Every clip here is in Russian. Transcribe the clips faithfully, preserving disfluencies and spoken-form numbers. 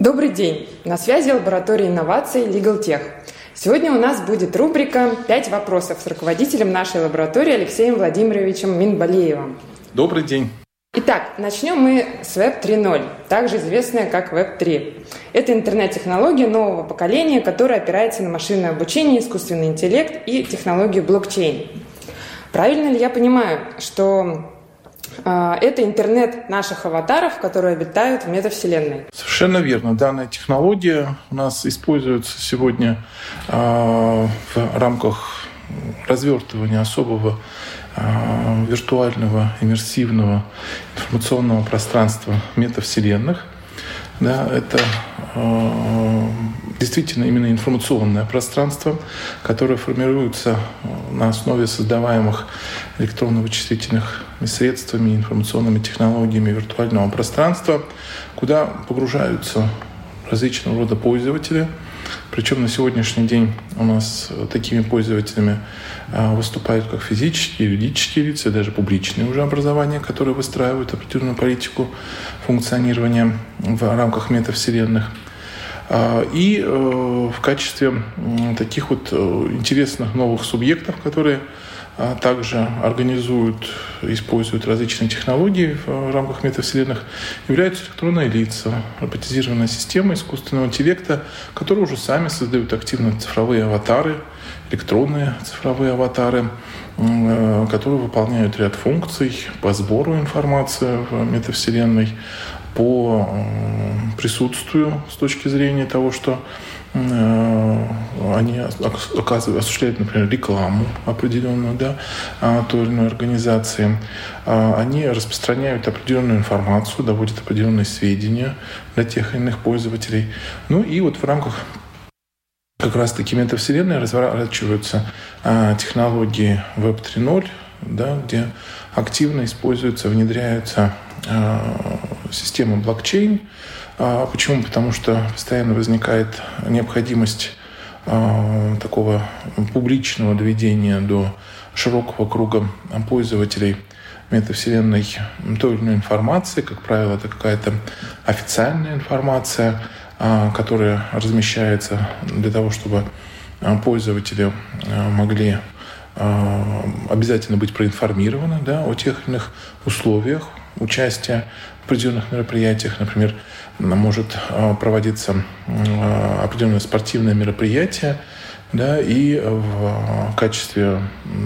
Добрый день! На связи лаборатория инноваций LegalTech. Сегодня у нас будет рубрика «Пять вопросов» с руководителем нашей лаборатории Алексеем Владимировичем Минбалеевым. Добрый день! Итак, начнем мы с веб три ноль, также известная как веб три. Это интернет-технология нового поколения, которая опирается на машинное обучение, искусственный интеллект и технологию блокчейн. Правильно ли я понимаю, что э, это интернет наших аватаров, которые обитают в метавселенной? Совершенно верно. Данная технология у нас используется сегодня э, в рамках развертывания особого э, виртуального, иммерсивного информационного пространства метавселенных. Да, это э, действительно именно информационное пространство, которое формируется на основе создаваемых электронно-вычислительных средствами, информационными технологиями виртуального пространства, куда погружаются различного рода пользователи. Причем на сегодняшний день у нас такими пользователями выступают как физические, юридические лица, даже публичные уже образования, которые выстраивают определенную политику функционирования в рамках метавселенных. И в качестве таких вот интересных новых субъектов, которые также организуют, используют различные технологии в рамках метавселенных, являются электронные лица, роботизированная система искусственного интеллекта, которые уже сами создают активно цифровые аватары, электронные цифровые аватары, которые выполняют ряд функций по сбору информации в метавселенной, по присутствию с точки зрения того, что они оказывают, осуществляют, например, рекламу определенную, да, той или иной организации. Они распространяют определенную информацию, доводят определенные сведения для тех или иных пользователей. Ну и вот в рамках как раз-таки метавселенной разворачиваются технологии веб три ноль, да, где активно используются, внедряются системы блокчейн. Почему? Потому что постоянно возникает необходимость такого публичного доведения до широкого круга пользователей метавселенной той или иной информации. Как правило, это какая-то официальная информация, которая размещается для того, чтобы пользователи могли обязательно быть проинформированы, да, о тех или иных условиях участия в определенных мероприятиях. Например, может проводиться определенное спортивное мероприятие, да, и в качестве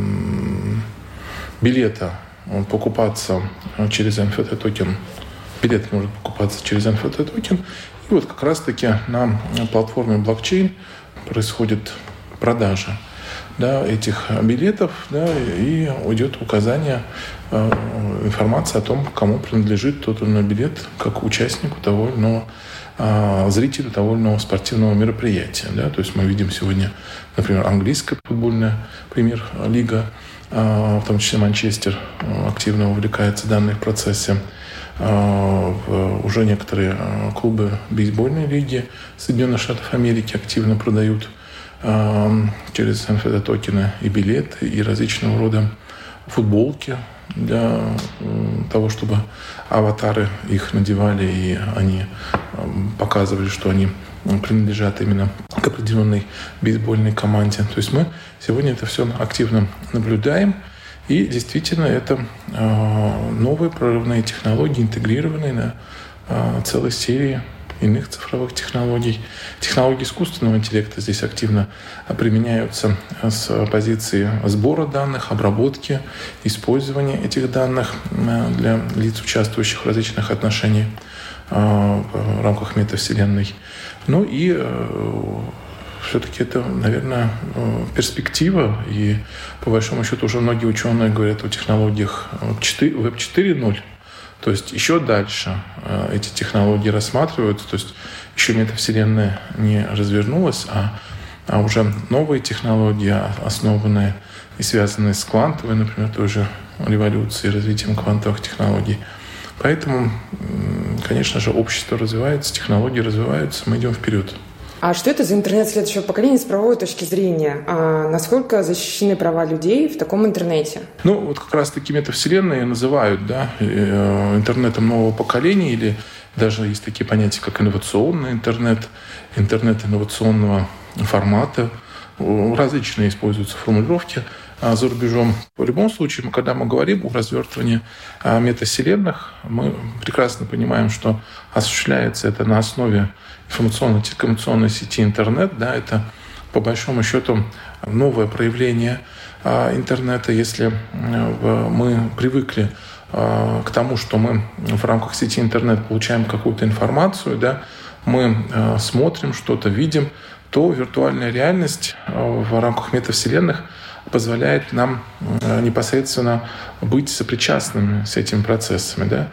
билета покупаться через эн эф ти-токен. Билет может покупаться через эн эф ти-токен. И вот как раз-таки на платформе блокчейн происходит продажа, да, этих билетов, да, и идет указание, э, информация о том, кому принадлежит тот или иной билет, как участнику того или иного, э, зрителю того или иного спортивного мероприятия. Да. То есть мы видим сегодня, например, английская футбольная премьер-лига, э, в том числе Манчестер э, активно увлекается в данном процессе. Uh, уже некоторые uh, клубы бейсбольной лиги Соединенных Штатов Америки активно продают uh, через эн эф ти-токены и билеты, и различного рода футболки для uh, того, чтобы аватары их надевали, и они uh, показывали, что они принадлежат именно к определенной бейсбольной команде. То есть мы сегодня это все активно наблюдаем. И действительно, это э, новые прорывные технологии, интегрированные на э, целой серии иных цифровых технологий. Технологии искусственного интеллекта здесь активно применяются с позиции сбора данных, обработки, использования этих данных э, для лиц, участвующих в различных отношениях э, в рамках метавселенной. Ну и э, все-таки это, наверное, перспектива. И, по большому счету, уже многие ученые говорят о технологиях веб четыре ноль. То есть еще дальше эти технологии рассматриваются. То есть еще метавселенная не развернулась, а, а уже новые технологии, основанные и связанные с квантовой, например, тоже революцией, развитием квантовых технологий. Поэтому, конечно же, общество развивается, технологии развиваются, мы идем вперед. А что это за интернет следующего поколения с правовой точки зрения? А насколько защищены права людей в таком интернете? Ну, вот как раз таки метавселенные называют, да, интернетом нового поколения, или даже есть такие понятия, как инновационный интернет, интернет инновационного формата. Различные используются формулировки за рубежом. В любом случае, когда мы говорим о развертывании метавселенных, мы прекрасно понимаем, что осуществляется это на основе информационно-телекоммуникационной сети интернет. Да, это, по большому счету, новое проявление интернета. Если мы привыкли к тому, что мы в рамках сети интернет получаем какую-то информацию, да, мы смотрим что-то, видим, то виртуальная реальность в рамках метавселенных позволяет нам непосредственно быть сопричастными с этими процессами. Да?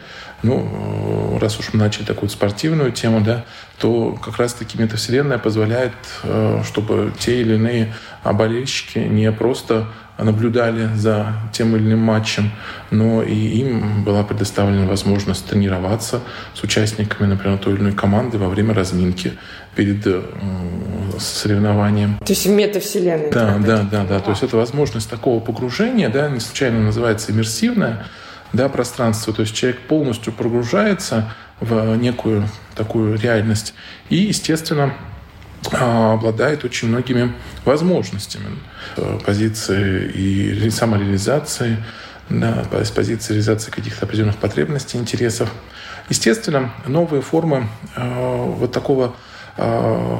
Ну, раз уж мы начали такую спортивную тему, да, то как раз-таки метавселенная позволяет, чтобы те или иные болельщики не просто наблюдали за тем или иным матчем, но и им была предоставлена возможность тренироваться с участниками, например, той или иной команды во время разминки перед э, соревнованием. То есть в метавселенной. Да, да, да, да. То есть это возможность такого погружения, да, не случайно называется иммерсивное, да, пространство. То есть человек полностью погружается в некую такую реальность и, естественно, обладает очень многими возможностями позиции и самореализации, да, с позиции реализации каких-то определенных потребностей, интересов. Естественно, новые формы э, вот такого э,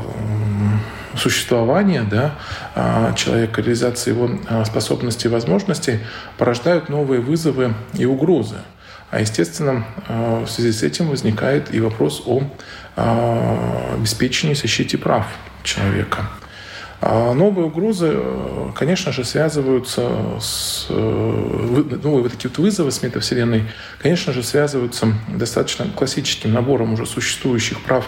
существования, да, э, человека, реализации его способностей и возможностей порождают новые вызовы и угрозы. А, естественно, в связи с этим возникает и вопрос о обеспечении и защите прав человека. Новые угрозы, конечно же, связываются с... Новые вот такие вот вызовы с метавселенной, конечно же, связываются достаточно классическим набором уже существующих прав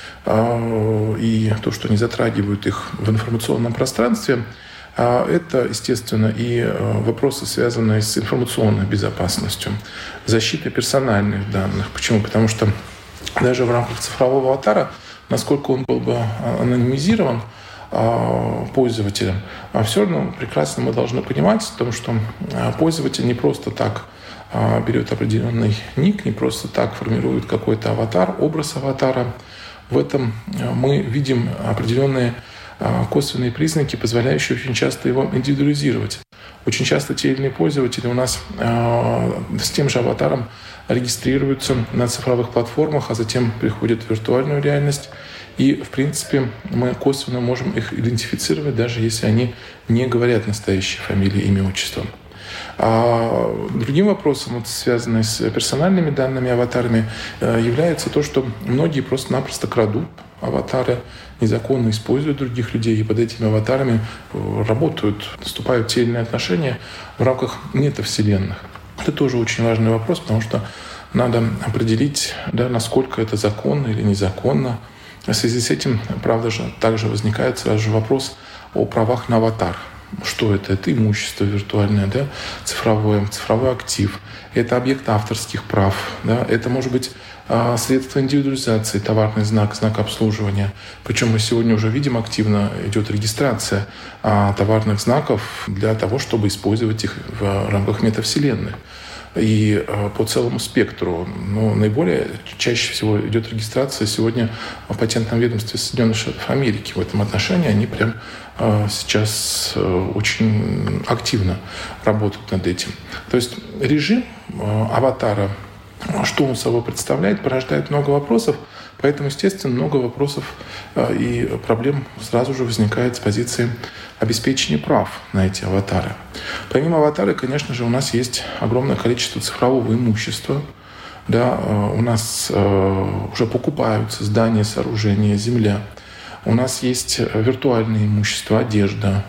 и то, что они затрагивают их в информационном пространстве. Это, естественно, и вопросы, связанные с информационной безопасностью, защитой персональных данных. Почему? Потому что даже в рамках цифрового аватара, насколько он был бы анонимизирован пользователем, все равно прекрасно мы должны понимать, потому что пользователь не просто так берет определенный ник, не просто так формирует какой-то аватар, образ аватара. В этом мы видим определенные косвенные признаки, позволяющие очень часто его индивидуализировать. Очень часто те или иные пользователи у нас э, с тем же аватаром регистрируются на цифровых платформах, а затем приходят в виртуальную реальность. И, в принципе, мы косвенно можем их идентифицировать, даже если они не говорят настоящие фамилии, имя, отчество. А другим вопросом, вот, связанным с персональными данными, аватарами, является то, что многие просто-напросто крадут аватары, незаконно используют других людей, и под этими аватарами работают, вступают в те или иные отношения в рамках метавселенных. Это тоже очень важный вопрос, потому что надо определить, да, насколько это законно или незаконно. В связи с этим, правда же, также возникает сразу же вопрос о правах на аватар. Что это? Это имущество виртуальное, да? цифровое, цифровой актив. Это объект авторских прав. Да? Это может быть э, средство индивидуализации, товарный знак, знак обслуживания. Причем мы сегодня уже видим, активно идет регистрация э, товарных знаков для того, чтобы использовать их в рамках метавселенной. И э, по целому спектру. Но наиболее чаще всего идет регистрация сегодня в патентном ведомстве Соединенных Штатов Америки. В этом отношении они прям э, сейчас э, очень активно работают над этим. То есть режим э, аватара, что он собой представляет, порождает много вопросов. Поэтому, естественно, много вопросов э, и проблем сразу же возникает с позиции обеспечения прав на эти аватары. Помимо аватара, конечно же, у нас есть огромное количество цифрового имущества. Да, э, у нас э, уже покупаются здания, сооружения, земля. У нас есть виртуальное имущество, одежда,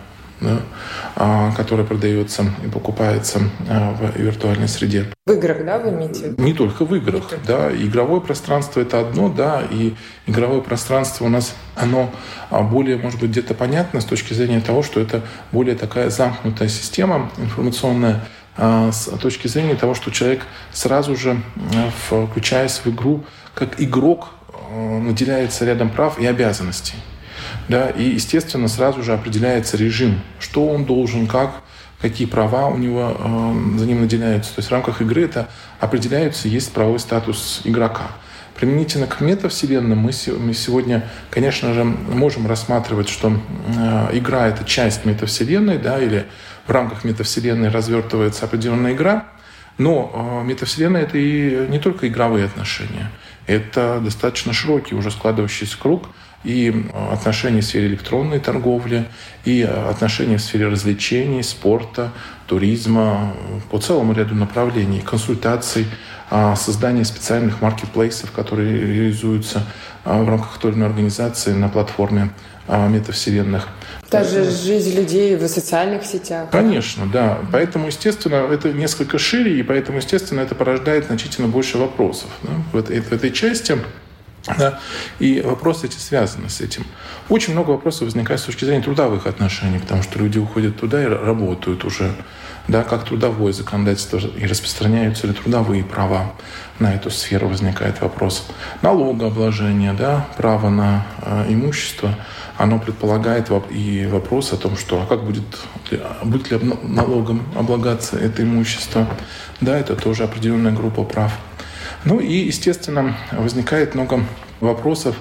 да, которая продается и покупается в виртуальной среде. В играх, да, вы имеете в виду? Не только в играх, да. Игровое пространство — это одно, да, и игровое пространство у нас, оно более, может быть, где-то понятно с точки зрения того, что это более такая замкнутая система информационная, с точки зрения того, что человек сразу же, включаясь в игру, как игрок, наделяется рядом прав и обязанностей. Да, и, естественно, сразу же определяется режим, что он должен, как, какие права у него э, за ним наделяются. То есть в рамках игры это определяется, есть правовой статус игрока. Применительно к метавселенным мы, мы сегодня, конечно же, можем рассматривать, что э, игра – это часть метавселенной, да, или в рамках метавселенной развертывается определенная игра, но э, метавселенная – это и не только игровые отношения, это достаточно широкий уже складывающийся круг и отношения в сфере электронной торговли, и отношения в сфере развлечений, спорта, туризма, по целому ряду направлений, консультаций, создание специальных маркетплейсов, которые реализуются в рамках той или иной организации на платформе метавселенных. Даже жизнь людей в социальных сетях. Конечно, да. Поэтому, естественно, это несколько шире, и поэтому, естественно, это порождает значительно больше вопросов, да, в, этой, в этой части. Да, и вопросы эти связаны с этим. Очень много вопросов возникает с точки зрения трудовых отношений, потому что люди уходят туда и работают уже. Да, как трудовое законодательство и распространяются ли трудовые права на эту сферу, возникает вопрос. Налогообложение, да, право на э, имущество, оно предполагает и вопрос о том, что а как будет, будет ли налогом облагаться это имущество. Да, это тоже определенная группа прав. Ну и, естественно, возникает много вопросов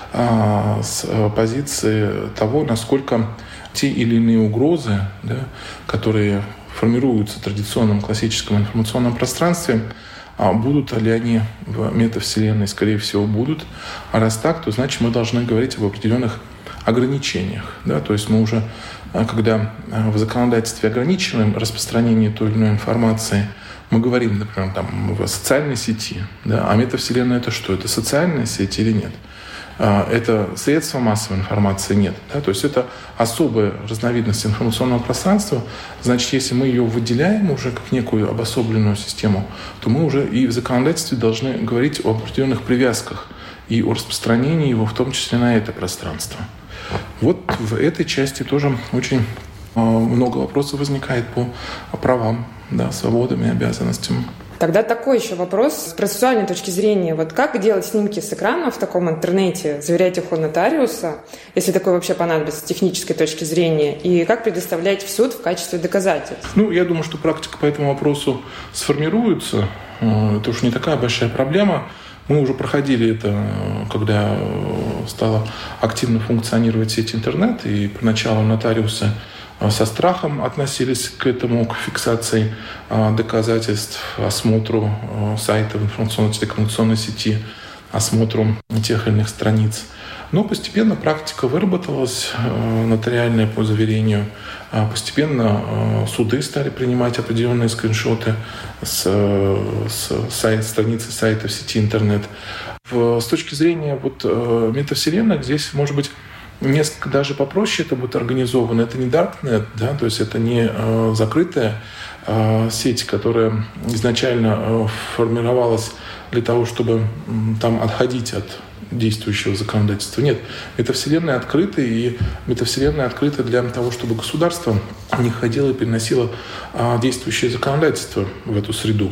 а, с позиции того, насколько те или иные угрозы, да, которые формируются в традиционном классическом информационном пространстве, а будут ли они в метавселенной, скорее всего, будут. А раз так, то значит мы должны говорить об определенных ограничениях. Да? То есть мы уже, когда в законодательстве ограничиваем распространение той или иной информации, мы говорим, например, там, в социальной сети, да? А метавселенная — это что? Это социальная сеть или нет? Это средства массовой информации? Нет. Да? То есть это особая разновидность информационного пространства. Значит, если мы ее выделяем уже как некую обособленную систему, то мы уже и в законодательстве должны говорить о определенных привязках и о распространении его, в том числе на это пространство. Вот в этой части тоже очень много вопросов возникает по правам, да, свободам и обязанностям. Тогда такой еще вопрос с процессуальной точки зрения. Вот как делать снимки с экрана в таком интернете, заверять их у нотариуса, если такое вообще понадобится с технической точки зрения, и как предоставлять в суд в качестве доказательств? Ну, я думаю, что практика по этому вопросу сформируется. Это уж не такая большая проблема. Мы уже проходили это, когда стала активно функционировать сеть интернет, и поначалу нотариусы со страхом относились к этому, к фиксации доказательств, осмотру сайтов информационно-телекоммуникационной сети, осмотру тех или иных страниц. Но постепенно практика выработалась нотариальная по заверению. Постепенно суды стали принимать определенные скриншоты с, с сайт, страницы сайта в сети интернет. С точки зрения вот, метавселенных здесь, может быть, несколько даже попроще это будет организовано. Это не Darknet, да, то есть это не э, закрытая э, сеть, которая изначально э, формировалась для того, чтобы э, там отходить от действующего законодательства. Нет, метавселенная открыта, и метавселенная открыта для того, чтобы государство не ходило и переносило э, действующее законодательство в эту среду.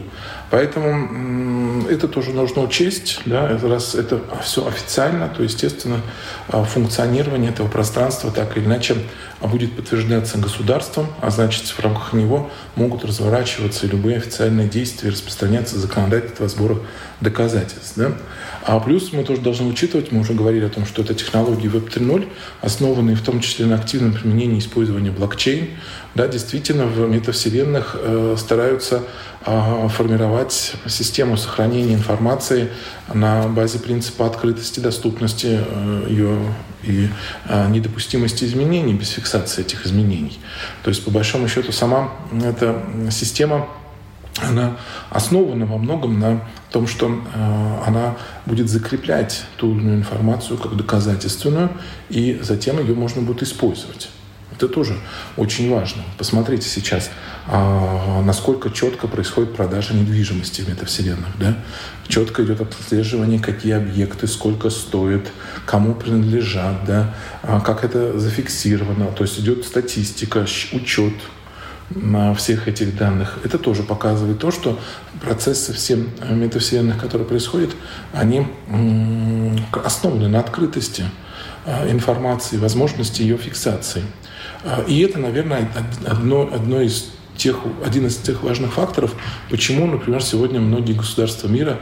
Поэтому это тоже нужно учесть, да, раз это все официально, то, естественно, функционирование этого пространства так или иначе будет подтверждаться государством, а значит, в рамках него могут разворачиваться любые официальные действия, распространяться законодательство о сборах доказательств. Да? А плюс мы тоже должны учитывать, мы уже говорили о том, что это технологии веб три ноль, основанные в том числе на активном применении использования блокчейн. Да, действительно, в метавселенных э, стараются э, формировать систему сохранения информации на базе принципа открытости, доступности э, ее и э, недопустимости изменений без фиксации этих изменений. То есть, по большому счету, сама эта система, она основана во многом на том, что э, она будет закреплять ту или иную информацию как доказательственную, и затем ее можно будет использовать. Это тоже очень важно. Посмотрите сейчас, а, насколько четко происходит продажа недвижимости в метавселенных. Да? Четко идет отслеживание, какие объекты, сколько стоят, кому принадлежат, да? а, как это зафиксировано. То есть идет статистика, учет на всех этих данных. Это тоже показывает то, что процессы всем метавселенных, которые происходят, они м- основаны на открытости. информации, возможности ее фиксации. И это, наверное, одно, одно из тех, один из тех важных факторов, почему, например, сегодня многие государства мира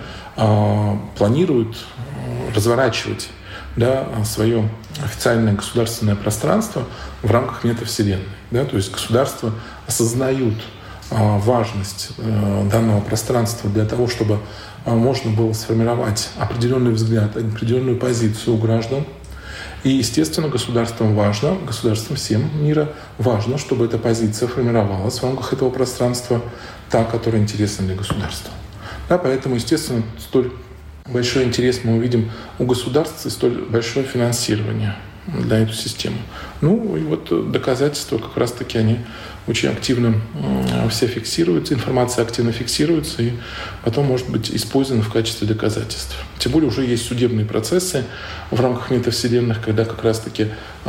планируют разворачивать, да, свое официальное государственное пространство в рамках метавселенной. Да, то есть государства осознают а, важность а, данного пространства для того, чтобы а, можно было сформировать определенный взгляд, определенную позицию у граждан. И, естественно, государствам важно, государствам всем мира важно, чтобы эта позиция формировалась в рамках этого пространства, та, которая интересна для государства. Да, поэтому, естественно, столь большой интерес мы увидим у государств и столь большое финансирование для эту систему. Ну и вот доказательства как раз-таки они очень активно все фиксируются, информация активно фиксируется и потом может быть использована в качестве доказательств. Тем более уже есть судебные процессы в рамках метавселенных, когда как раз-таки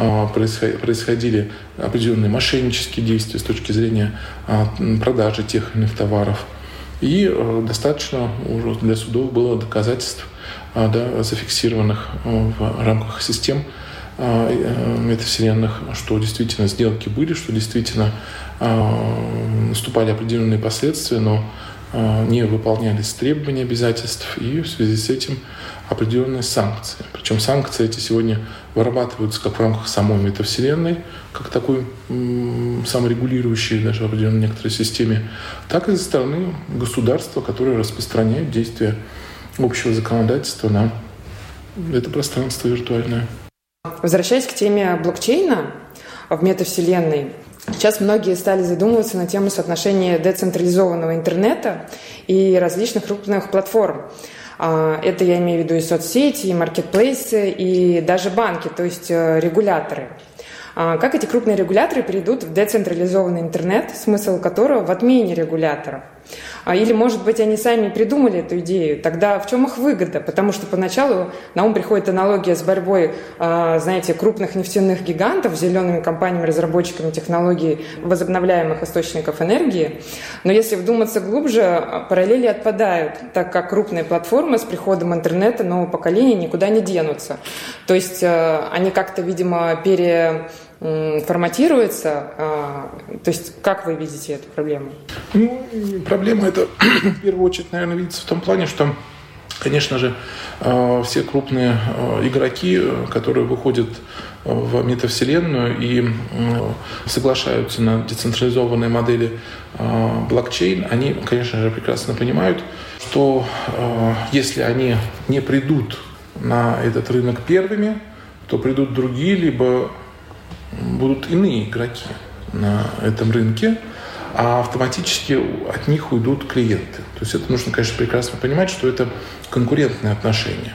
происходили определенные мошеннические действия с точки зрения продажи тех или иных товаров. И достаточно уже для судов было доказательств, да, зафиксированных в рамках систем метавселенных, что действительно сделки были, что действительно наступали определенные последствия, но не выполнялись требования обязательств, и в связи с этим определенные санкции. Причем санкции эти сегодня вырабатываются как в рамках самой метавселенной, как такой м- саморегулирующей даже в определенной некоторой системе, так и со стороны государства, которое распространяет действия общего законодательства на это пространство виртуальное. Возвращаясь к теме блокчейна в метавселенной, сейчас многие стали задумываться на тему соотношения децентрализованного интернета и различных крупных платформ. Это я имею в виду и соцсети, и маркетплейсы, и даже банки, то есть регуляторы. Как эти крупные регуляторы перейдут в децентрализованный интернет, смысл которого в отмене регуляторов? Или, может быть, они сами придумали эту идею? Тогда в чем их выгода? Потому что поначалу на ум приходит аналогия с борьбой, знаете, крупных нефтяных гигантов с зелеными компаниями, разработчиками технологий возобновляемых источников энергии. Но если вдуматься глубже, параллели отпадают, так как крупные платформы с приходом интернета нового поколения никуда не денутся. То есть они как-то, видимо, пере... форматируется. То есть как вы видите эту проблему? Ну, проблема это в первую очередь, наверное, видится в том плане, что, конечно же, все крупные игроки, которые выходят в метавселенную и соглашаются на децентрализованные модели блокчейн, они, конечно же, прекрасно понимают, что если они не придут на этот рынок первыми, то придут другие, либо будут иные игроки на этом рынке, а автоматически от них уйдут клиенты. То есть это нужно, конечно, прекрасно понимать, что это конкурентные отношения.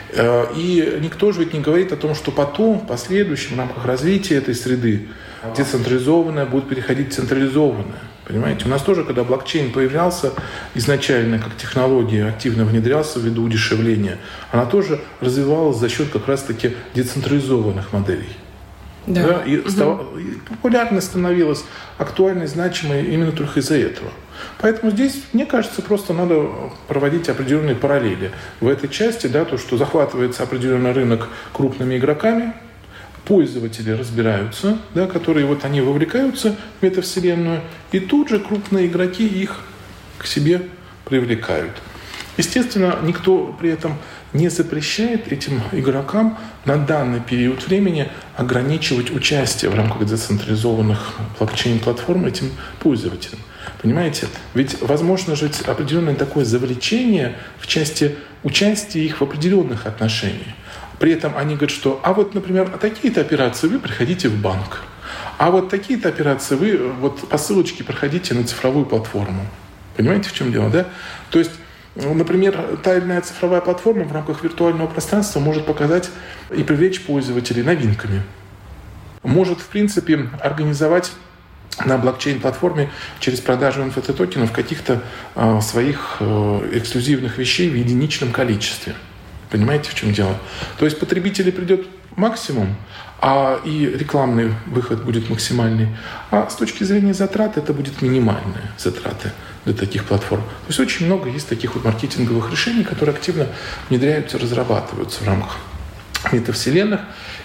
И никто же ведь не говорит о том, что потом, в последующем, в рамках развития этой среды, децентрализованное будет переходить в централизованное. Понимаете, у нас тоже, когда блокчейн появлялся изначально как технология, активно внедрялся ввиду удешевления, она тоже развивалась за счет как раз-таки децентрализованных моделей. Да. Да, и угу. став... популярность становилась актуальной, значимой именно только из-за этого. Поэтому здесь, мне кажется, просто надо проводить определенные параллели. В этой части, да, то, что захватывается определенный рынок крупными игроками, пользователи разбираются, да, которые вот они вовлекаются в метавселенную, и тут же крупные игроки их к себе привлекают. Естественно, никто при этом не запрещает этим игрокам на данный период времени ограничивать участие в рамках децентрализованных блокчейн-платформ этим пользователям. Понимаете? Ведь возможно же определенное такое завлечение в части участия их в определенных отношениях. При этом они говорят, что а вот, например, такие-то операции вы приходите в банк, а вот такие-то операции вы вот по ссылочке проходите на цифровую платформу. Понимаете, в чем дело, да? То есть, например, та или иная цифровая платформа в рамках виртуального пространства может показать и привлечь пользователей новинками. Может, в принципе, организовать на блокчейн-платформе через продажу эн эф ти-токенов каких-то э, своих э, эксклюзивных вещей в единичном количестве. Понимаете, в чем дело? То есть потребителей придет максимум, а и рекламный выход будет максимальный. А с точки зрения затрат это будет минимальные затраты для таких платформ. То есть очень много есть таких вот маркетинговых решений, которые активно внедряются, разрабатываются в рамках метавселенных.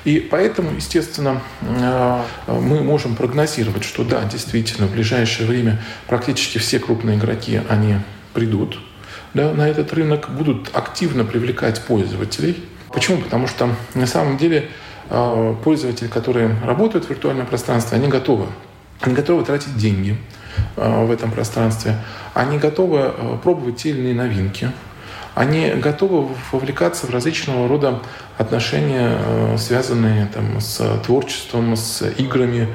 И поэтому, естественно, мы можем прогнозировать, что да, действительно, в ближайшее время практически все крупные игроки, они придут, да, на этот рынок, будут активно привлекать пользователей. Почему? Потому что на самом деле пользователи, которые работают в виртуальном пространстве, они готовы. Они готовы тратить деньги в этом пространстве. Они готовы пробовать те или иные новинки. Они готовы вовлекаться в различного рода отношения, связанные там, с творчеством, с играми.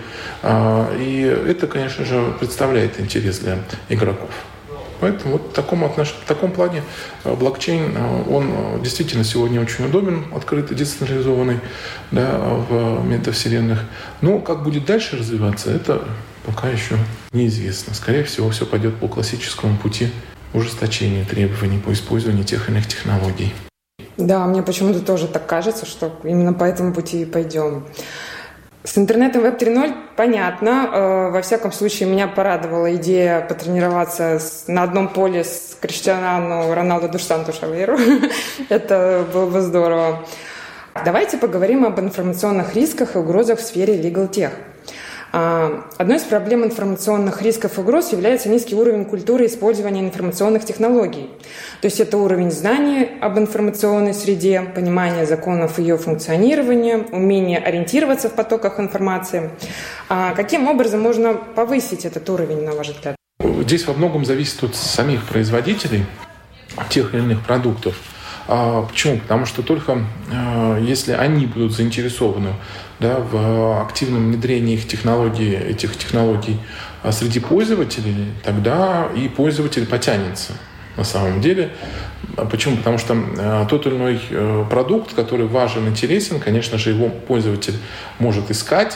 И это, конечно же, представляет интерес для игроков. Поэтому вот в таком, отнош... в таком плане блокчейн, он действительно сегодня очень удобен, открытый, децентрализованный, да, в метавселенных. Но как будет дальше развиваться, это пока еще неизвестно. Скорее всего, все пойдет по классическому пути ужесточения требований по использованию тех или иных технологий. Да, мне почему-то тоже так кажется, что именно по этому пути и пойдем. С интернетом веб три ноль понятно. Во всяком случае, меня порадовала идея потренироваться на одном поле с Криштиану Роналду dos Santos Aveiro. Это было бы здорово. Давайте поговорим об информационных рисках и угрозах в сфере Legal Tech. Одной из проблем информационных рисков и угроз является низкий уровень культуры использования информационных технологий. То есть это уровень знаний об информационной среде, понимание законов ее функционирования, умение ориентироваться в потоках информации. А каким образом можно повысить этот уровень, на ваш взгляд? Здесь во многом зависит от самих производителей тех или иных продуктов. Почему? Потому что только если они будут заинтересованы, да, в активном внедрении их технологий, этих технологий среди пользователей, тогда и пользователь потянется на самом деле. Почему? Потому что тот или иной продукт, который важен, интересен, конечно же, его пользователь может искать,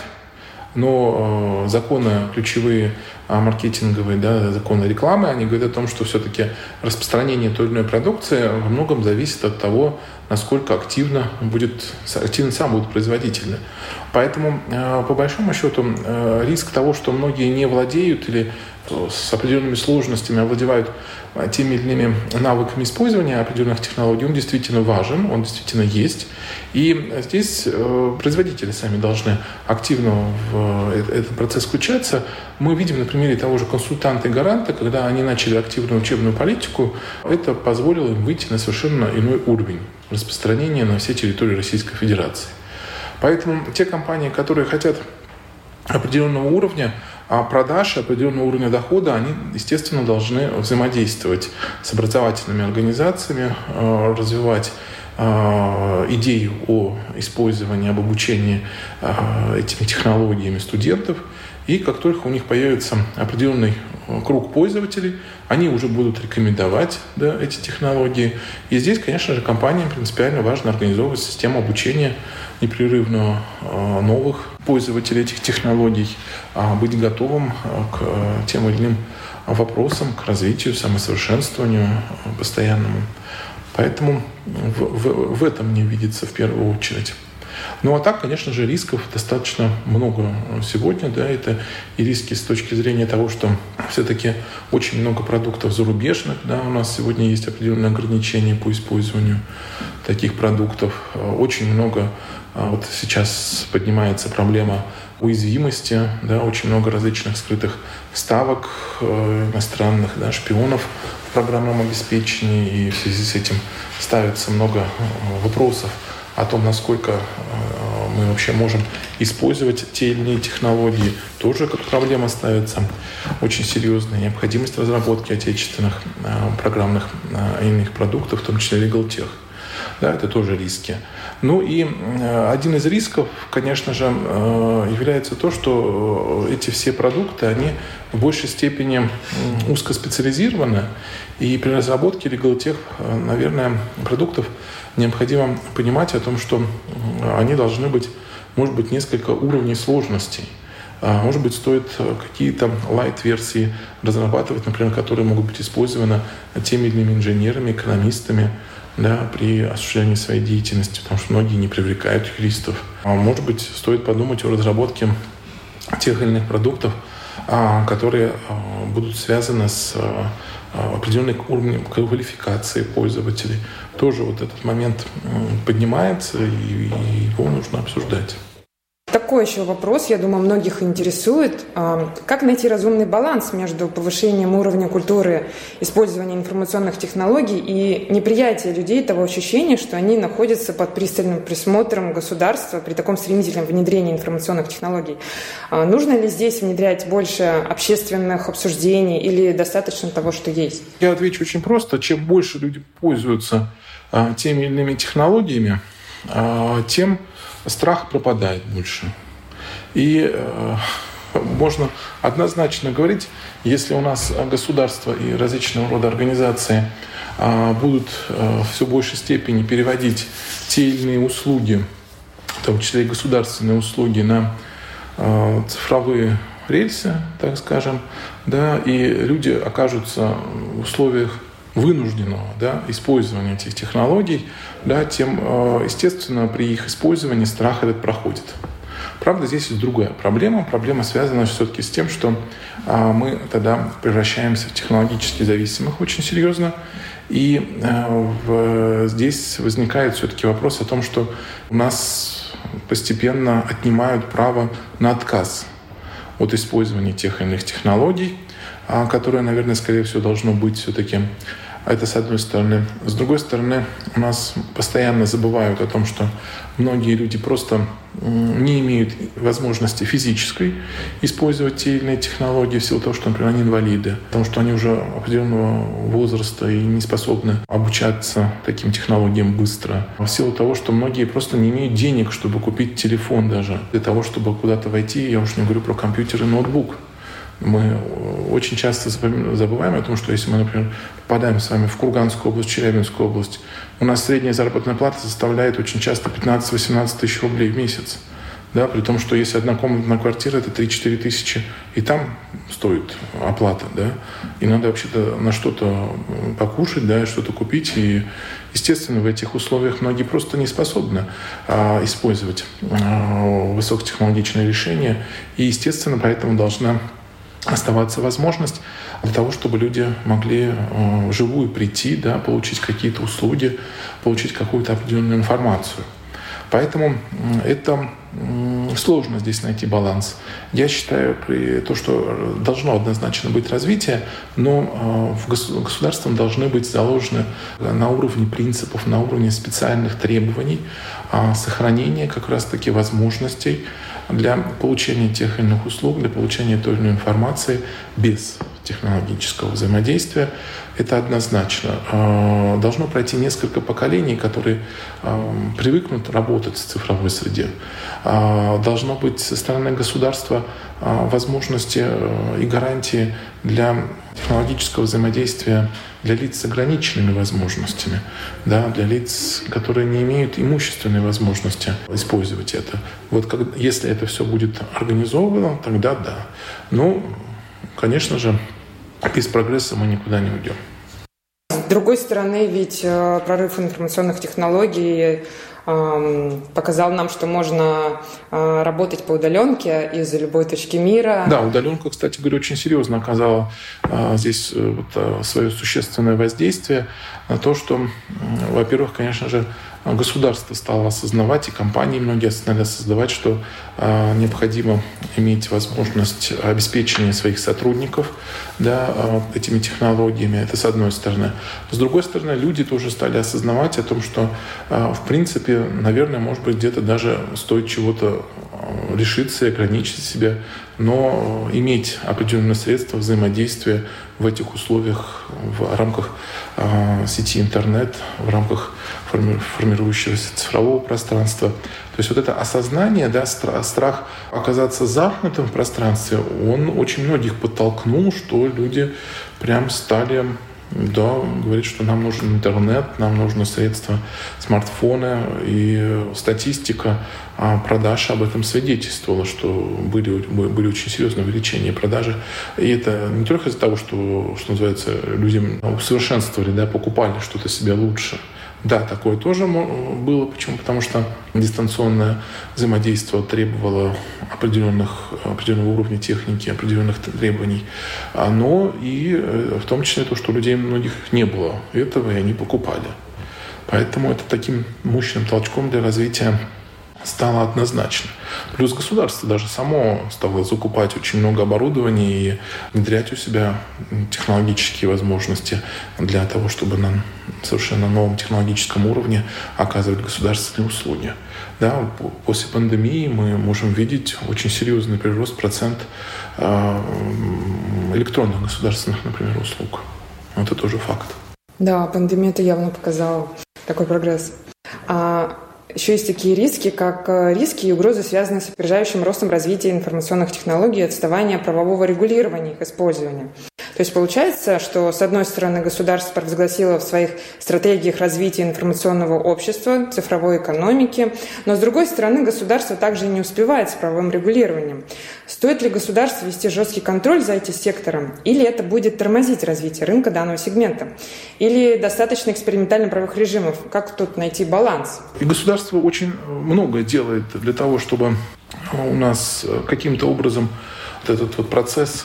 но законы ключевые маркетинговые, да, законы рекламы, они говорят о том, что все-таки распространение той или иной продукции во многом зависит от того, насколько активно будет, активно сам будет производитель. Поэтому, по большому счету, риск того, что многие не владеют или с определенными сложностями овладевают теми или иными навыками использования определенных технологий, он действительно важен, он действительно есть. И здесь производители сами должны активно в этот процесс включаться. Мы видим на примере того же консультанта и гаранта, когда они начали активную учебную политику, это позволило им выйти на совершенно иной уровень распространения на всей территории Российской Федерации. Поэтому те компании, которые хотят определенного уровня продаж, определенного уровня дохода, они, естественно, должны взаимодействовать с образовательными организациями, развивать идею о использовании, об обучении этими технологиями студентов. И как только у них появится определенный круг пользователей, они уже будут рекомендовать, да, эти технологии. И здесь, конечно же, компаниям принципиально важно организовывать систему обучения непрерывного новых пользователей этих технологий, быть готовым к тем или иным вопросам, к развитию, самосовершенствованию постоянному. Поэтому в, в, в этом мне видится в первую очередь. Ну а так, конечно же, рисков достаточно много сегодня. Да, это и риски с точки зрения того, что все-таки очень много продуктов зарубежных. Да, у нас сегодня есть определенные ограничения по использованию таких продуктов. Очень много, вот сейчас поднимается проблема уязвимости, да, очень много различных скрытых вставок иностранных, да, шпионов в программном обеспечении, и в связи с этим ставится много вопросов о том, насколько мы вообще можем использовать те или иные технологии, тоже как проблема ставится очень серьезная. Необходимость разработки отечественных программных и иных продуктов, в том числе Legal Tech. Да, это тоже риски. Ну и один из рисков, конечно же, является то, что эти все продукты, они в большей степени узкоспециализированы, и при разработке Legal Tech, наверное, продуктов необходимо понимать о том, что они должны быть, может быть, несколько уровней сложностей. Может быть, стоит какие-то лайт-версии разрабатывать, например, которые могут быть использованы теми или иными инженерами, экономистами, да, при осуществлении своей деятельности, потому что многие не привлекают юристов. А может быть, стоит подумать о разработке тех или иных продуктов, которые будут связаны с определенным уровнем квалификации пользователей. Тоже вот этот момент поднимается, и его нужно обсуждать. Такой еще вопрос, я думаю, многих интересует. Как найти разумный баланс между повышением уровня культуры использования информационных технологий и неприятия людей того ощущения, что они находятся под пристальным присмотром государства при таком стремительном внедрении информационных технологий? Нужно ли здесь внедрять больше общественных обсуждений или достаточно того, что есть? Я отвечу очень просто. Чем больше люди пользуются теми или иными технологиями, тем страх пропадает больше. И э, можно однозначно говорить, если у нас государство и различного рода организации э, будут э, в все большей степени переводить те или иные услуги, в том числе и государственные услуги, на э, цифровые рельсы, так скажем, да, и люди окажутся в условиях вынужденного, да, использования этих технологий, да, тем, естественно, при их использовании страх этот проходит. Правда, здесь есть другая проблема. Проблема связана все-таки с тем, что мы тогда превращаемся в технологически зависимых очень серьезно. И здесь возникает все-таки вопрос о том, что у нас постепенно отнимают право на отказ от использования тех или иных технологий, которое, наверное, скорее всего, должно быть все-таки. Это с одной стороны. С другой стороны, у нас постоянно забывают о том, что многие люди просто не имеют возможности физической использовать те или иные технологии в силу того, что, например, они инвалиды, потому что они уже определенного возраста и не способны обучаться таким технологиям быстро. В силу того, что многие просто не имеют денег, чтобы купить телефон даже, для того, чтобы куда-то войти, я уж не говорю про компьютер и ноутбук. Мы очень часто забываем о том, что если мы, например, попадаем с вами в Курганскую область, Челябинскую область, у нас средняя заработная плата составляет очень часто пятнадцать-восемнадцать тысяч рублей в месяц. Да, при том, что если однокомнатная квартира, это три-четыре тысячи, и там стоит оплата, да, и надо вообще-то на что-то покушать, да, что-то купить, и, естественно, в этих условиях многие просто не способны а, использовать а, высокотехнологичные решения, и, естественно, поэтому должна оставаться возможность для того, чтобы люди могли э, вживую прийти, да, получить какие-то услуги, получить какую-то определенную информацию. Поэтому это сложно здесь найти баланс. Я считаю, при то, что должно однозначно быть развитие, но в государством должны быть заложены на уровне принципов, на уровне специальных требований сохранения как раз-таки возможностей для получения тех или иных услуг, для получения той или иной информации без технологического взаимодействия. Это однозначно. Должно пройти несколько поколений, которые привыкнут работать в цифровой среде. Должно быть со стороны государства возможности и гарантии для технологического взаимодействия для лиц с ограниченными возможностями, да, для лиц, которые не имеют имущественной возможности использовать это. Вот как, если это все будет организовано, тогда да. Ну, конечно же, без прогресса мы никуда не уйдем. С другой стороны, ведь прорыв информационных технологий показал нам, что можно работать по удаленке из любой точки мира. Да, удаленка, кстати говоря, очень серьезно оказала здесь вот свое существенное воздействие на то, что, во-первых, конечно же, государство стало осознавать, и компании многие стали осознавать, что э, необходимо иметь возможность обеспечения своих сотрудников, да, э, этими технологиями. Это с одной стороны. С другой стороны, люди тоже стали осознавать о том, что, э, в принципе, наверное, может быть, где-то даже стоит чего-то решиться и ограничить себя, но иметь определенные средства взаимодействия в этих условиях в рамках э, сети интернет, в рамках форми- формирующегося цифрового пространства. То есть вот это осознание, да, страх, страх оказаться замкнутым в пространстве, он очень многих подтолкнул, что люди прям стали... Да, говорит, что нам нужен интернет, нам нужны средства, смартфоны, и статистика продаж об этом свидетельствовала, что были, были очень серьезные увеличения продажи. И это не только из-за того, что, что называется, люди усовершенствовали, да, покупали что-то себе лучше, Да, такое тоже было. Почему? Потому что дистанционное взаимодействие требовало определенных, определенного уровня техники, определенных требований. Но и в том числе то, что у людей многих не было этого, и они покупали. Поэтому это таким мощным толчком для развития стало однозначно. Плюс государство даже само стало закупать очень много оборудования и внедрять у себя технологические возможности для того, чтобы на совершенно новом технологическом уровне оказывать государственные услуги. Да, после пандемии мы можем видеть очень серьезный прирост процент электронных государственных, например, услуг. Это тоже факт. Да, пандемия это явно показала такой прогресс. А еще есть такие риски, как риски и угрозы, связанные с опережающим ростом развития информационных технологий и отставания правового регулирования их использования. То есть получается, что, с одной стороны, государство провозгласило в своих стратегиях развития информационного общества, цифровой экономики, но, с другой стороны, государство также не успевает с правовым регулированием. Стоит ли государству вести жесткий контроль за этим сектором, или это будет тормозить развитие рынка данного сегмента? Или достаточно экспериментально-правовых режимов? Как тут найти баланс? И государство очень многое делает для того, чтобы у нас каким-то образом вот этот вот процесс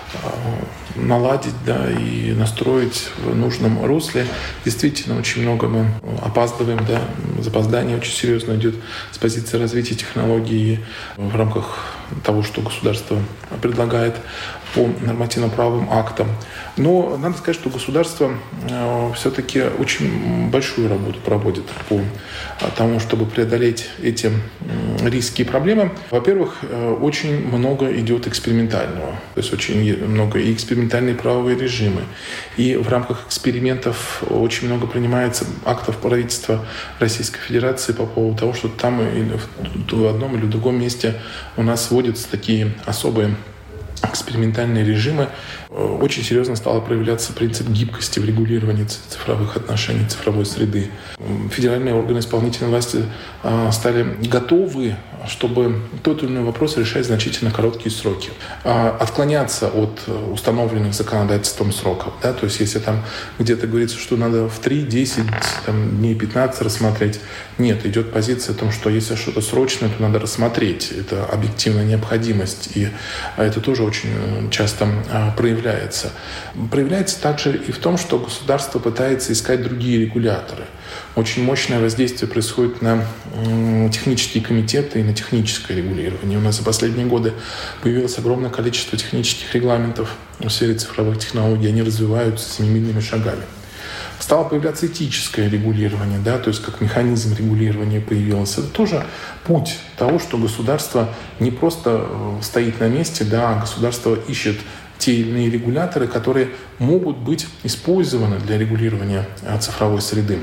наладить, да, и настроить в нужном русле. Действительно, очень много мы опаздываем, да, запоздание очень серьезно идет с позиции развития технологий в рамках того, что государство предлагает по нормативно-правовым актам. Но надо сказать, что государство э, все-таки очень большую работу проводит по тому, чтобы преодолеть эти э, риски и проблемы. Во-первых, э, очень много идет экспериментального. То есть очень много и экспериментальные правовые режимы. И в рамках экспериментов очень много принимается актов правительства Российской Федерации по поводу того, что там или в одном или в другом месте у нас вводятся такие особые экспериментальные режимы. Очень серьезно стал проявляться принцип гибкости в регулировании цифровых отношений, цифровой среды. Федеральные органы исполнительной власти стали готовы, чтобы тот или иной вопрос решать в значительно короткие сроки. Отклоняться от установленных законодательством сроков. Да? То есть если там где-то говорится, что надо в три, десять, там, дней пятнадцать рассмотреть, нет, идет позиция о том, что если что-то срочное, то надо рассмотреть. Это объективная необходимость. И это тоже очень часто проявляется. Проявляется также и в том, что государство пытается искать другие регуляторы. Очень мощное воздействие происходит на технические комитеты и на техническое регулирование. У нас за последние годы появилось огромное количество технических регламентов в сфере цифровых технологий. Они развиваются семимильными шагами. Стало появляться этическое регулирование, да, то есть как механизм регулирования появился. Это тоже путь того, что государство не просто стоит на месте, да, а государство ищет те или иные регуляторы, которые могут быть использованы для регулирования цифровой среды.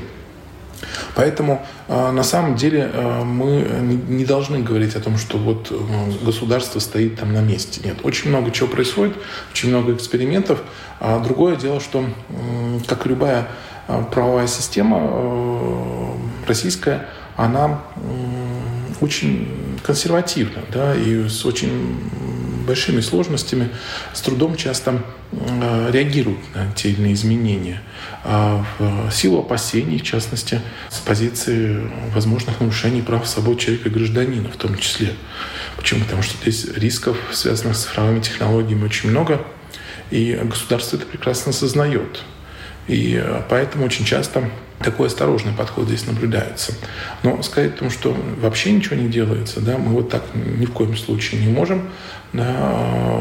Поэтому на самом деле мы не должны говорить о том, что вот государство стоит там на месте. Нет, очень много чего происходит, очень много экспериментов. А другое дело, что, как и любая правовая система российская, она очень консервативна, да, и с очень большими сложностями, с трудом часто э, реагируют на те или иные изменения. А в силу опасений, в частности, с позиции возможных нарушений прав свобод человека и гражданина в том числе. Почему? Потому что здесь рисков, связанных с цифровыми технологиями, очень много, и государство это прекрасно осознает. И поэтому очень часто такой осторожный подход здесь наблюдается. Но сказать о том, что вообще ничего не делается, да, мы вот так ни в коем случае не можем. Да,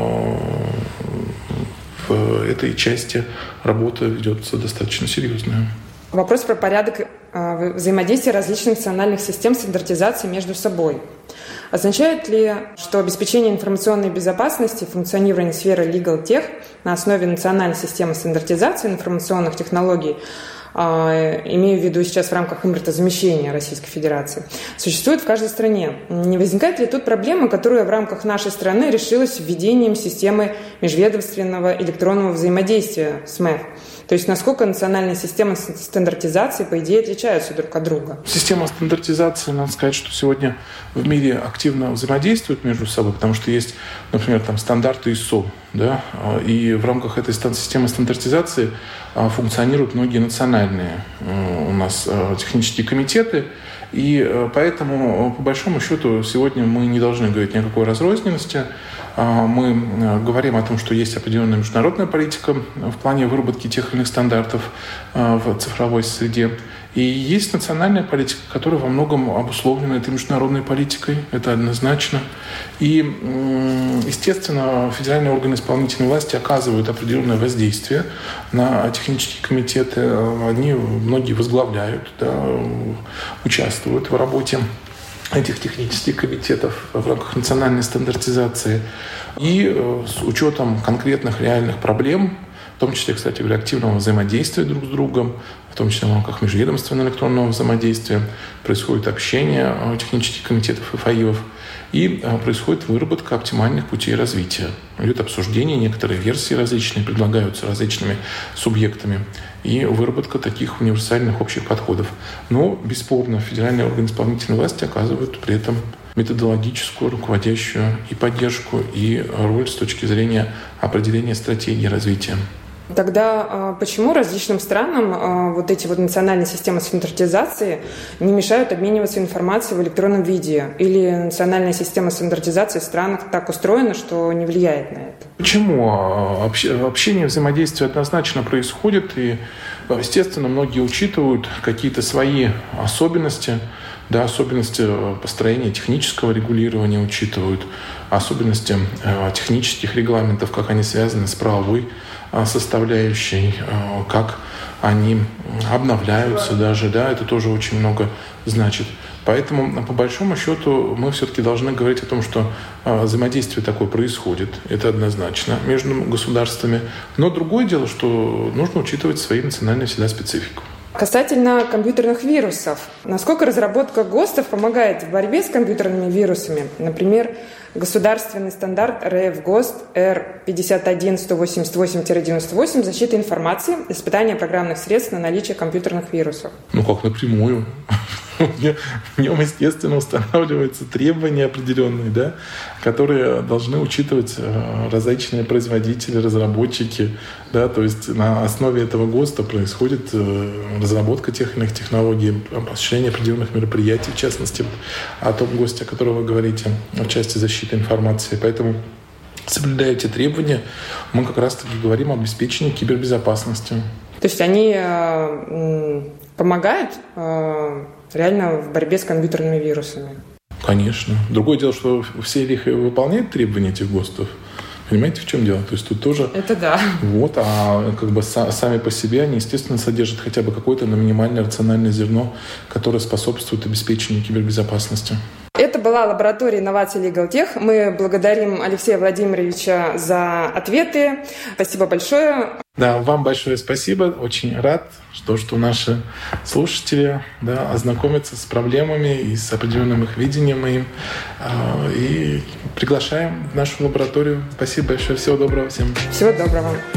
в этой части работа ведется достаточно серьезная. Вопрос про порядок взаимодействия различных национальных систем стандартизации между собой. Означает ли, что обеспечение информационной безопасности и функционирование сферы Legal Tech на основе национальной системы стандартизации информационных технологий, имею в виду сейчас в рамках импортозамещения Российской Федерации, существует в каждой стране? Не возникает ли тут проблема, которая в рамках нашей страны решилась введением системы межведомственного электронного взаимодействия с эм и эф? То есть насколько национальные системы стандартизации, по идее, отличаются друг от друга? Система стандартизации, надо сказать, что сегодня в мире активно взаимодействуют между собой, потому что есть, например, там стандарты ай эс о, да, и в рамках этой системы стандартизации функционируют многие национальные у нас технические комитеты, и поэтому, по большому счету, сегодня мы не должны говорить ни о какой разрозненности. Мы говорим о том, что есть определенная международная политика в плане выработки тех или иных стандартов в цифровой среде. И есть национальная политика, которая во многом обусловлена этой международной политикой. Это однозначно. И, естественно, федеральные органы исполнительной власти оказывают определенное воздействие на технические комитеты. Они многие возглавляют, да, участвуют в работе этих технических комитетов в рамках национальной стандартизации. И с учетом конкретных реальных проблем, в том числе, кстати говоря, активного взаимодействия друг с другом, в том числе в рамках межведомственного электронного взаимодействия, происходит общение технических комитетов и ФАИВов, и происходит выработка оптимальных путей развития. Идет обсуждение, некоторые версии различные предлагаются различными субъектами, и выработка таких универсальных общих подходов. Но, бесспорно, федеральные органы исполнительной власти оказывают при этом методологическую, руководящую и поддержку, и роль с точки зрения определения стратегии развития. Тогда почему различным странам вот эти вот национальные системы стандартизации не мешают обмениваться информацией в электронном виде? Или национальная система стандартизации в странах так устроена, что не влияет на это? Почему? Общение, взаимодействие однозначно происходит, и, естественно, многие учитывают какие-то свои особенности, да, особенности построения технического регулирования учитывают, особенности технических регламентов, как они связаны с правовой составляющей, как они обновляются даже, да, это тоже очень много значит. Поэтому, по большому счету, мы все-таки должны говорить о том, что взаимодействие такое происходит, это однозначно, между государствами. Но другое дело, что нужно учитывать свои национальные всегда специфику. Касательно компьютерных вирусов. Насколько разработка ГОСТов помогает в борьбе с компьютерными вирусами? Например, государственный стандарт эр эф ГОСТ эр пятьдесят один сто восемьдесят восемь девяносто восемь «Защита информации. Испытание программных средств на наличие компьютерных вирусов». Ну, как напрямую. В нем, естественно, устанавливаются требования определенные, да, которые должны учитывать различные производители, разработчики. Да, то есть на основе этого ГОСТа происходит разработка тех или иных технологий, осуществление определенных мероприятий, в частности, о том ГОСТе, о котором вы говорите, в части защиты информации. Поэтому, соблюдая эти требования, мы как раз-таки говорим об обеспечении кибербезопасности. То есть они э, помогают э, реально в борьбе с компьютерными вирусами? Конечно. Другое дело, что все их выполняют требования этих ГОСТов. Понимаете, в чем дело? То есть тут тоже... Это да. Вот, а как бы сами по себе они, естественно, содержат хотя бы какое-то минимальное рациональное зерно, которое способствует обеспечению кибербезопасности. Это была лаборатория инноваций LegalTech. Мы благодарим Алексея Владимировича за ответы. Спасибо большое. Да, вам большое спасибо. Очень рад, что, что наши слушатели, да, ознакомятся с проблемами и с определенным их видением им. И приглашаем в нашу лабораторию. Спасибо большое. Всего доброго всем. Всего доброго.